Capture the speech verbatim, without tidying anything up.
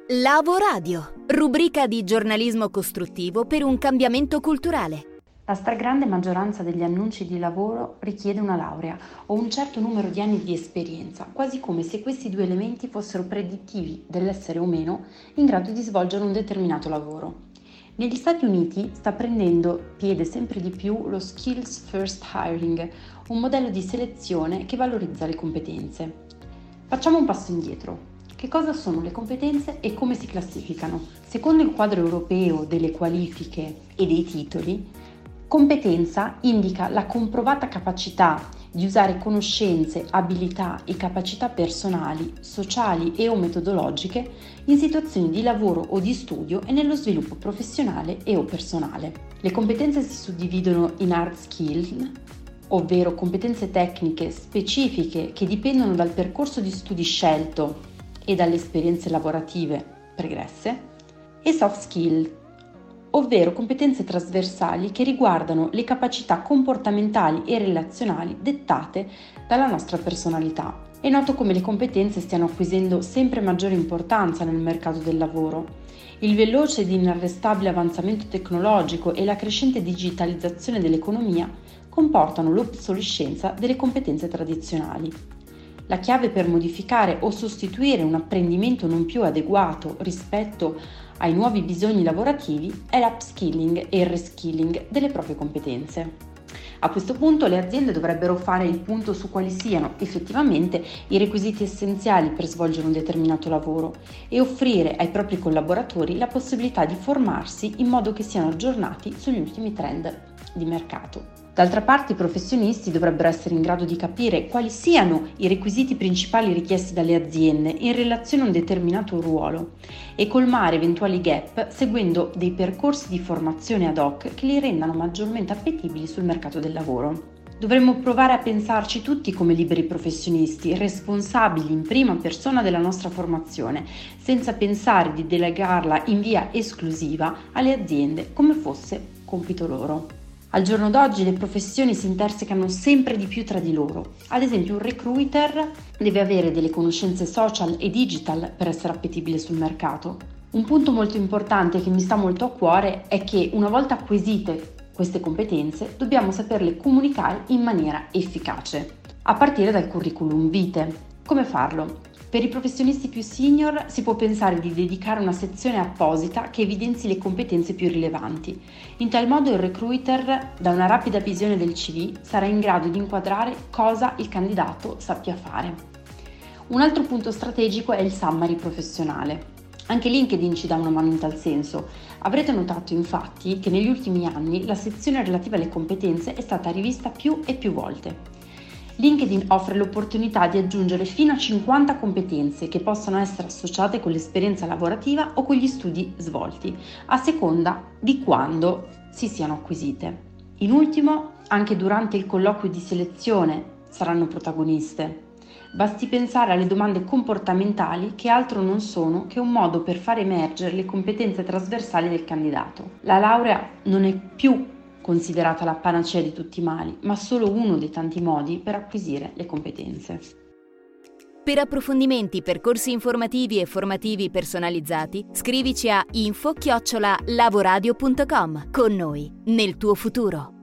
Lavoradio, rubrica di giornalismo costruttivo per un cambiamento culturale. La stragrande maggioranza degli annunci di lavoro richiede una laurea o un certo numero di anni di esperienza, quasi come se questi due elementi fossero predittivi dell'essere o meno in grado di svolgere un determinato lavoro. Negli Stati Uniti sta prendendo piede sempre di più lo Skills First Hiring, un modello di selezione che valorizza le competenze. Facciamo un passo indietro. Che cosa sono le competenze e come si classificano? Secondo il quadro europeo delle qualifiche e dei titoli, competenza indica la comprovata capacità di usare conoscenze, abilità e capacità personali, sociali e o metodologiche in situazioni di lavoro o di studio e nello sviluppo professionale e o personale. Le competenze si suddividono in hard skill, ovvero competenze tecniche specifiche che dipendono dal percorso di studi scelto e dalle esperienze lavorative pregresse, e soft skill, ovvero competenze trasversali che riguardano le capacità comportamentali e relazionali dettate dalla nostra personalità. È noto come le competenze stiano acquisendo sempre maggiore importanza nel mercato del lavoro. Il veloce ed inarrestabile avanzamento tecnologico e la crescente digitalizzazione dell'economia comportano l'obsolescenza delle competenze tradizionali. La chiave per modificare o sostituire un apprendimento non più adeguato rispetto ai nuovi bisogni lavorativi è l'upskilling e il reskilling delle proprie competenze. A questo punto le aziende dovrebbero fare il punto su quali siano effettivamente i requisiti essenziali per svolgere un determinato lavoro e offrire ai propri collaboratori la possibilità di formarsi in modo che siano aggiornati sugli ultimi trend di mercato. D'altra parte i professionisti dovrebbero essere in grado di capire quali siano i requisiti principali richiesti dalle aziende in relazione a un determinato ruolo e colmare eventuali gap seguendo dei percorsi di formazione ad hoc che li rendano maggiormente appetibili sul mercato del lavoro. Dovremmo provare a pensarci tutti come liberi professionisti, responsabili in prima persona della nostra formazione, senza pensare di delegarla in via esclusiva alle aziende come fosse compito loro. Al giorno d'oggi le professioni si intersecano sempre di più tra di loro. Ad esempio un recruiter deve avere delle conoscenze social e digital per essere appetibile sul mercato. Un punto molto importante che mi sta molto a cuore è che una volta acquisite queste competenze dobbiamo saperle comunicare in maniera efficace, a partire dal curriculum vitae. Come farlo? Per i professionisti più senior si può pensare di dedicare una sezione apposita che evidenzi le competenze più rilevanti. In tal modo il recruiter, da una rapida visione del C V, sarà in grado di inquadrare cosa il candidato sappia fare. Un altro punto strategico è il summary professionale. Anche LinkedIn ci dà una mano in tal senso. Avrete notato infatti che negli ultimi anni la sezione relativa alle competenze è stata rivista più e più volte. LinkedIn offre l'opportunità di aggiungere fino a cinquanta competenze che possono essere associate con l'esperienza lavorativa o con gli studi svolti, a seconda di quando si siano acquisite. In ultimo, anche durante il colloquio di selezione saranno protagoniste. Basti pensare alle domande comportamentali che altro non sono che un modo per far emergere le competenze trasversali del candidato. La laurea non è più considerata la panacea di tutti i mali, ma solo uno dei tanti modi per acquisire le competenze. Per approfondimenti, percorsi informativi e formativi personalizzati, scrivici a info chiocciola lavoradio punto com. Con noi, nel tuo futuro.